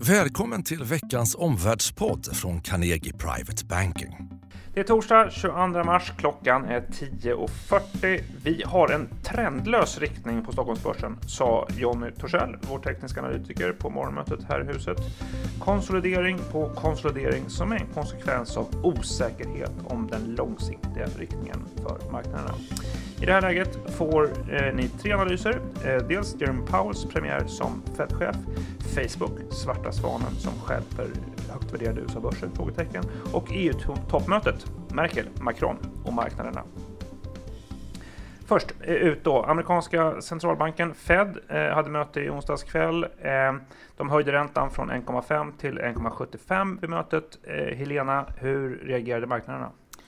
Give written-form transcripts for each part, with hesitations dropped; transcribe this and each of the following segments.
Välkommen till veckans omvärldspodd från Carnegie Private Banking. Det är torsdag 22 mars, klockan är 10.40. Vi har en trendlös riktning på Stockholmsbörsen, sa Jonny Torssell, vår tekniska analytiker, på morgonmötet här i huset. Konsolidering på konsolidering som är en konsekvens av osäkerhet om den långsiktiga riktningen för marknaderna. I det här läget får ni tre analyser. Dels Jerome Powells premiär som Fed-chef, Facebook, svarta svanen som stjälper högt värderade USA-börser, frågetecken, och EU-toppmötet, Merkel, Macron och marknaderna. Först ut då, amerikanska centralbanken Fed hade möte i onsdags kväll. De höjde räntan från 1,5 till 1,75 vid mötet. Helena, hur reagerade marknaderna?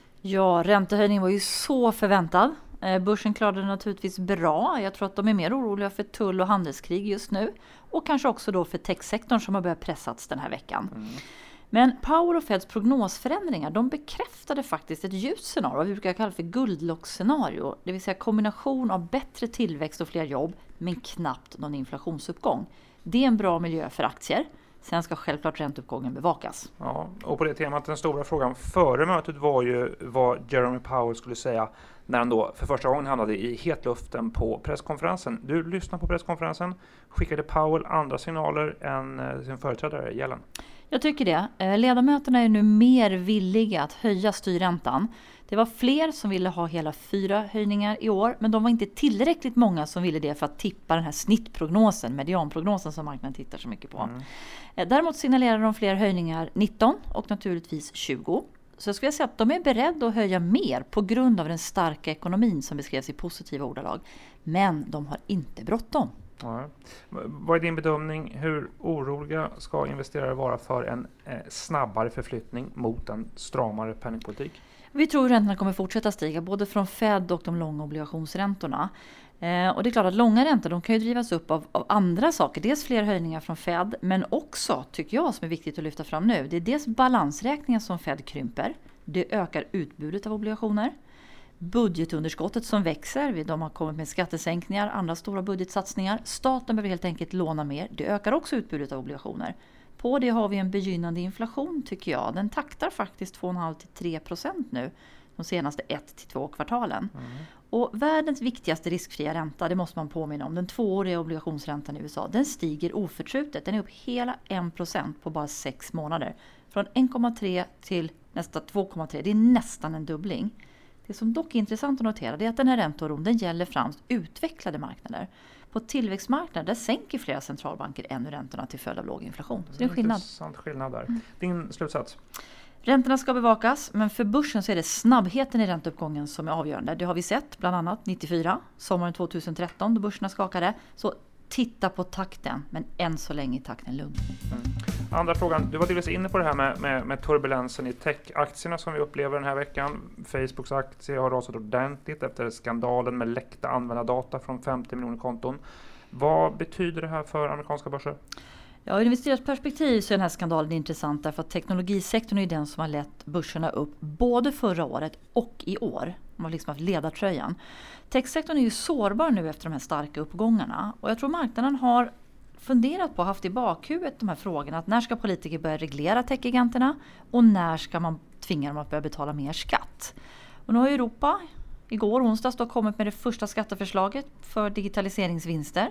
Ja, räntehöjningen var ju så förväntad. Börsen klarade naturligtvis bra. Jag tror att de är mer oroliga för tull- och handelskrig just nu. Och kanske också då för techsektorn som har börjat pressats den här veckan. Men Powell och Feds prognosförändringar, de bekräftade faktiskt ett ljust scenario, vad vi brukar kalla för guldlockscenario. Det vill säga kombination av bättre tillväxt och fler jobb, men knappt någon inflationsuppgång. Det är en bra miljö för aktier. Sen ska självklart ränteuppgången bevakas. Ja, och på det temat, den stora frågan före mötet var ju vad Jerome Powell skulle säga när han då för första gången hamnade i hetluften på presskonferensen. Du lyssnade på presskonferensen. Skickade Powell andra signaler än sin företrädare Yellen? Jag tycker det. Ledamöterna är nu mer villiga att höja styrräntan. Det var fler som ville ha hela 4 höjningar i år, men de var inte tillräckligt många som ville det för att tippa den här snittprognosen, medianprognosen som marknaden tittar så mycket på. Däremot signalerar de fler höjningar 19 och naturligtvis 20. Så jag skulle säga att de är beredda att höja mer på grund av den starka ekonomin som beskrevs i positiva ordalag. Men de har inte bråttom. Ja. Vad är din bedömning? Hur oroliga ska investerare vara för en snabbare förflyttning mot en stramare penningpolitik? Vi tror att räntorna kommer fortsätta stiga både från Fed och de långa obligationsräntorna. Och det är klart att långa räntor, de kan ju drivas upp av andra saker. Dels fler höjningar från Fed, men också, tycker jag som är viktigt att lyfta fram nu, det är dels balansräkningen som Fed krymper. Det ökar utbudet av obligationer. Budgetunderskottet som växer, de har kommit med skattesänkningar, andra stora budgetsatsningar. Staten behöver helt enkelt låna mer. Det ökar också utbudet av obligationer. På det har vi en begynnande inflation, tycker jag. Den taktar faktiskt 2,5-3% nu de senaste 1-2 kvartalen. Och världens viktigaste riskfria ränta, det måste man påminna om, den 2-åriga obligationsräntan i USA, den stiger oförtrutet. Den är upp hela 1% på bara 6 månader. Från 1,3 till nästan 2,3. Det är nästan en dubbling. Det som dock är intressant att notera är att den här ränteoron, den gäller främst utvecklade marknader. På tillväxtmarknader där sänker flera centralbanker ännu räntorna till följd av låg inflation. Så det är en skillnad. Intressant skillnad där. Din slutsats? Räntorna ska bevakas, men för börsen så är det snabbheten i ränteuppgången som är avgörande. Det har vi sett bland annat 94, sommaren 2013 då börserna skakade. Så titta på takten, men än så länge är takten lugn. Andra frågan, du var delvis inne på det här med turbulensen i tech-aktierna som vi upplever den här veckan. Facebooks aktie har rasat ordentligt efter skandalen med läckta användardata från 50 miljoner konton. Vad betyder det här för amerikanska börser? Ja, ur investerat perspektiv så är den här skandalen intressant därför att teknologisektorn är den som har lett börserna upp både förra året och i år. Man har liksom haft ledartröjan. Techsektorn är ju sårbar nu efter de här starka uppgångarna och jag tror marknaden har funderat på, haft i bakhuvudet de här frågorna, att när ska politiker börja reglera techgiganterna och när ska man tvinga dem att börja betala mer skatt. Och nu har Europa igår onsdags då kommit med det första skatteförslaget för digitaliseringsvinster.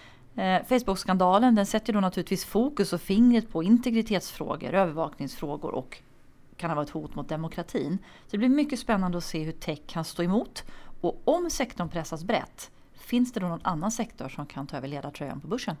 Facebook-skandalen, den sätter då naturligtvis fokus och fingret på integritetsfrågor, övervakningsfrågor och kan ha varit ett hot mot demokratin. Så det blir mycket spännande att se hur tech kan stå emot och om sektorn pressas brett, finns det då någon annan sektor som kan ta över ledartröjan på börsen?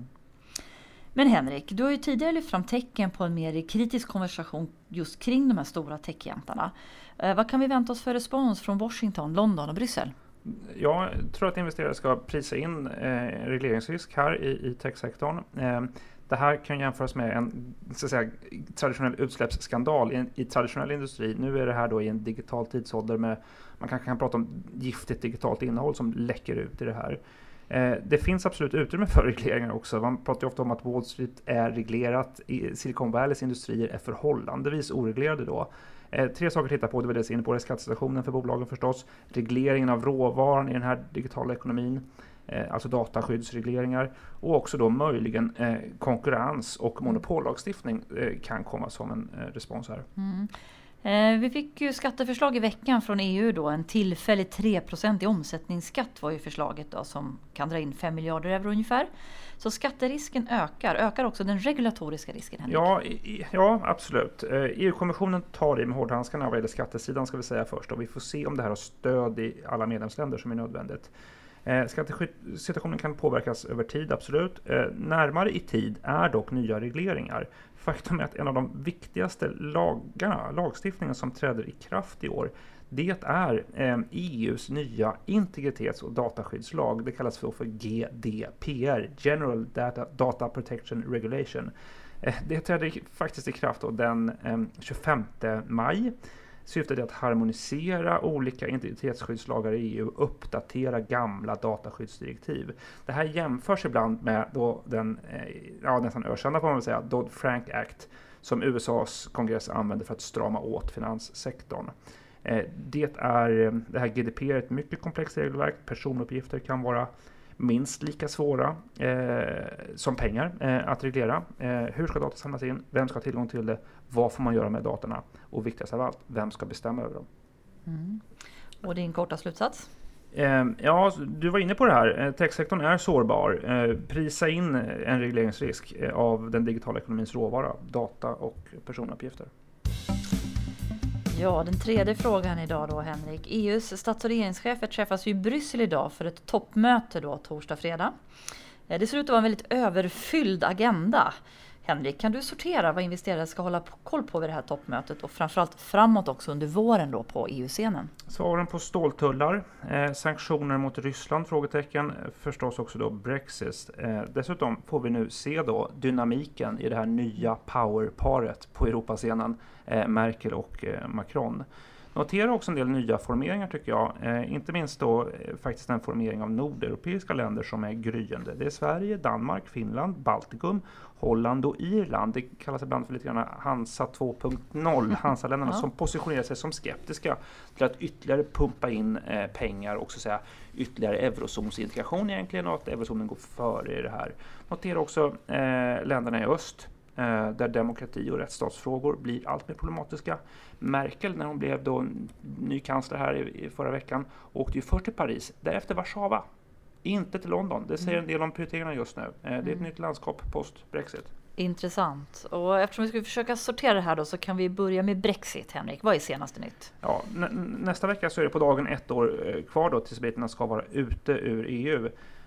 Men Henrik, du har ju tidigare lyft fram tecken på en mer kritisk konversation just kring de här stora techjäntarna. Vad kan vi vänta oss för respons från Washington, London och Bryssel? Jag tror att investerare ska prisa in regleringsrisk här i techsektorn. Det här kan jämföras med en så att säga, traditionell utsläppsskandal i traditionell industri. Nu är det här då i en digital tidsålder med, man kanske kan prata om giftigt digitalt innehåll som läcker ut i det här. Det finns absolut utrymme för regleringar också. Man pratar ju ofta om att Wall Street är reglerat. Silicon Valleys industrier är förhållandevis oreglerade då. 3 saker att titta på, det var det inne på, det skattestationen för bolagen förstås. Regleringen av råvaran i den här digitala ekonomin. alltså dataskyddsregleringar, och också då möjligen konkurrens- och monopollagstiftning kan komma som en respons här. Vi fick ju skatteförslag i veckan från EU då. En tillfällig 3% i omsättningsskatt var ju förslaget då, som kan dra in 5 miljarder euro ungefär. Så skatterisken ökar också den regulatoriska risken, Henrik? Ja, absolut. EU-kommissionen tar i med hårdhandskarna vad gäller skattesidan, ska vi säga först, och vi får se om det här har stöd i alla medlemsländer som är nödvändigt. Skattesituationen kan påverkas över tid, absolut. Närmare i tid är dock nya regleringar. Faktum är att en av de viktigaste lagstiftningen som träder i kraft i år, det är EUs nya integritets- och dataskyddslag. Det kallas för GDPR, General Data Protection Regulation. Det träder faktiskt i kraft då den 25 maj. Syftet är att harmonisera olika integritetsskyddslagar i EU och uppdatera gamla dataskyddsdirektiv. Det här jämförs ibland med då den nästan ökända, får man väl säga, Dodd-Frank Act, som USAs kongress använder för att strama åt finanssektorn. Det här GDPR är ett mycket komplext regelverk. Personuppgifter kan vara minst lika svåra som pengar att reglera. Hur ska data samlas in? Vem ska ha tillgång till det? Vad får man göra med datorna? Och viktigast av allt, vem ska bestämma över dem? Och din korta slutsats? Ja, du var inne på det här. Techsektorn är sårbar. Prisa in en regleringsrisk av den digitala ekonomins råvara, data och personuppgifter. Ja, den tredje frågan idag då, Henrik. EUs stats- och regeringschefer träffas ju i Bryssel idag för ett toppmöte då, torsdag-fredag. Det ser ut att vara en väldigt överfylld agenda. Henrik, kan du sortera vad investerare ska hålla koll på vid det här toppmötet och framförallt framåt också under våren då på EU-scenen? Svaren på ståltullar, sanktioner mot Ryssland, frågetecken, förstås också då Brexit. Dessutom får vi nu se då dynamiken i det här nya powerparet på Europascenen, Merkel och Macron. Notera också en del nya formeringar tycker jag, inte minst då faktiskt en formering av nordeuropeiska länder som är gryende. Det är Sverige, Danmark, Finland, Baltikum, Holland och Irland. Det kallas ibland för lite grann Hansa 2.0, Hansa-länderna som positionerar sig som skeptiska till att ytterligare pumpa in pengar och så säga ytterligare eurozonsintegration egentligen, och att eurozonen går före i det här. Notera också länderna i öst, där demokrati- och rättsstatsfrågor blir allt mer problematiska. Merkel, när hon blev då ny kansler här i förra veckan, åkte ju först till Paris, därefter Warszawa, inte till London. Det säger en del om prioriteringarna just nu. Det är ett nytt landskap post-Brexit. Intressant. Och eftersom vi ska försöka sortera det här då, så kan vi börja med Brexit, Henrik. Vad är senaste nytt? Ja, nästa vecka så är det på dagen 1 år kvar då tills britterna ska vara ute ur EU.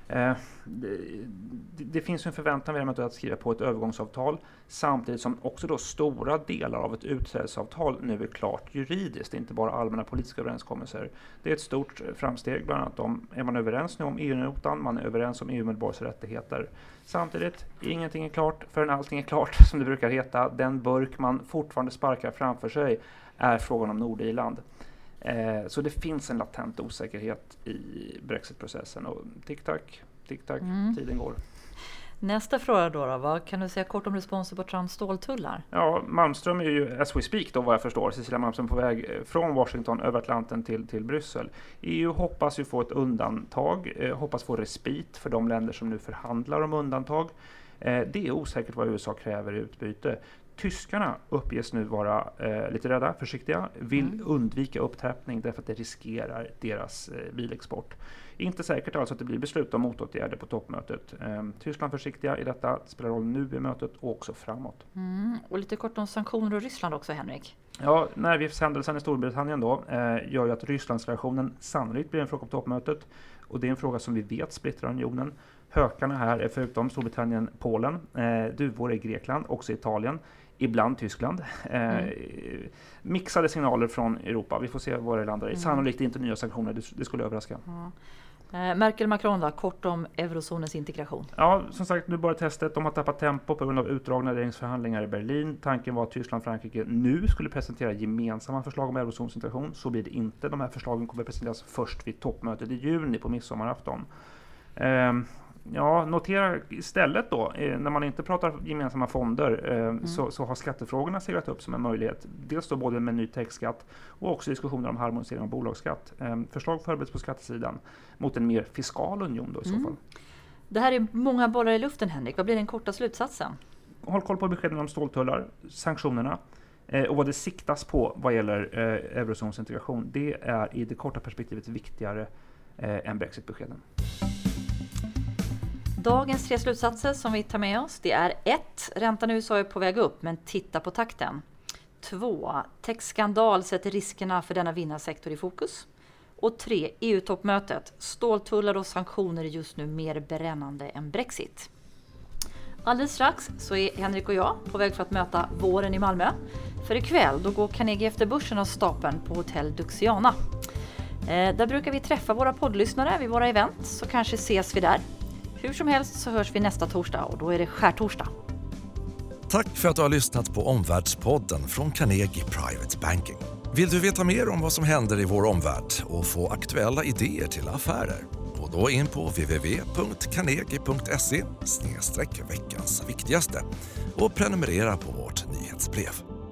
Det finns en förväntan vid att skriva på ett övergångsavtal, samtidigt som också då stora delar av ett utträdesavtal nu är klart juridiskt, inte bara allmänna politiska överenskommelser. Det är ett stort framsteg, bland annat är man överens nu om EU-notan, man är överens om EU-medborgares rättigheter. Samtidigt, ingenting är klart förrän allting är klart, som det brukar heta. Den burk man fortfarande sparkar framför sig är frågan om Nordirland. Så det finns en latent osäkerhet i Brexit-processen, och tick-tack, tiden går. Nästa fråga då, vad kan du säga kort om responser på Trumps ståltullar? Ja, Malmström är ju, as we speak då vad jag förstår, Cecilia Malmström på väg från Washington över Atlanten till Bryssel. EU hoppas ju få ett undantag, hoppas få respit för de länder som nu förhandlar om undantag. Det är osäkert vad USA kräver i utbyte. Tyskarna uppges nu vara lite rädda, försiktiga, vill undvika upptrappning därför att det riskerar deras bilexport. Inte säkert alltså att det blir beslut om motåtgärder på toppmötet. Tyskland försiktiga i detta, spelar roll nu i mötet och också framåt. Och lite kort om sanktioner och Ryssland också, Henrik. Ja, nervgifshändelsen i Storbritannien då gör ju att Rysslandsrelationen sannolikt blir en fråga på toppmötet, och det är en fråga som vi vet splittrar unionen. Hökarna här är förutom Storbritannien, Polen, duvor i Grekland, också Italien, ibland Tyskland. Mixade signaler från Europa. Vi får se vad det landar i. Sannolikt inte nya sanktioner, det skulle överraska. Merkel-Macron då, kort om eurozonens integration. Ja, som sagt, nu börjar testet. De har tappat tempo på grund av utdragna regeringsförhandlingar i Berlin. Tanken var att Tyskland och Frankrike nu skulle presentera gemensamma förslag om eurozonsintegration. Så blir det inte. De här förslagen kommer presenteras först vid toppmötet i juni på midsommarafton. Notera istället då, när man inte pratar gemensamma fonder så har skattefrågorna seglat upp som en möjlighet. Dels då både med ny techskatt och också diskussioner om harmonisering av bolagsskatt. Förslag förbereds på skattesidan mot en mer fiskal union då i så fall. Det här är många bollar i luften, Henrik. Vad blir den korta slutsatsen? Håll koll på beskeden om ståltullar, sanktionerna och vad det siktas på vad gäller eurozons integration. Det är i det korta perspektivet viktigare än Brexit-beskeden. Dagens 3 slutsatser som vi tar med oss, det är 1. Räntan i USA är på väg upp, men titta på takten. 2. Techskandal sätter riskerna för denna vinnarsektor i fokus. Och 3. EU-toppmötet. Ståltullar och sanktioner är just nu mer brännande än Brexit. Alldeles strax så är Henrik och jag på väg för att möta våren i Malmö. För ikväll då går Carnegie efter börsen av stapeln på Hotell Duxiana. Där brukar vi träffa våra poddlyssnare vid våra event, så kanske ses vi där. Hur som helst så hörs vi nästa torsdag och då är det skärtorsdag. Tack för att du har lyssnat på Omvärldspodden från Carnegie Private Banking. Vill du veta mer om vad som händer i vår omvärld och få aktuella idéer till affärer? Gå då in på www.carnegie.se/veckans viktigaste och prenumerera på vårt nyhetsbrev.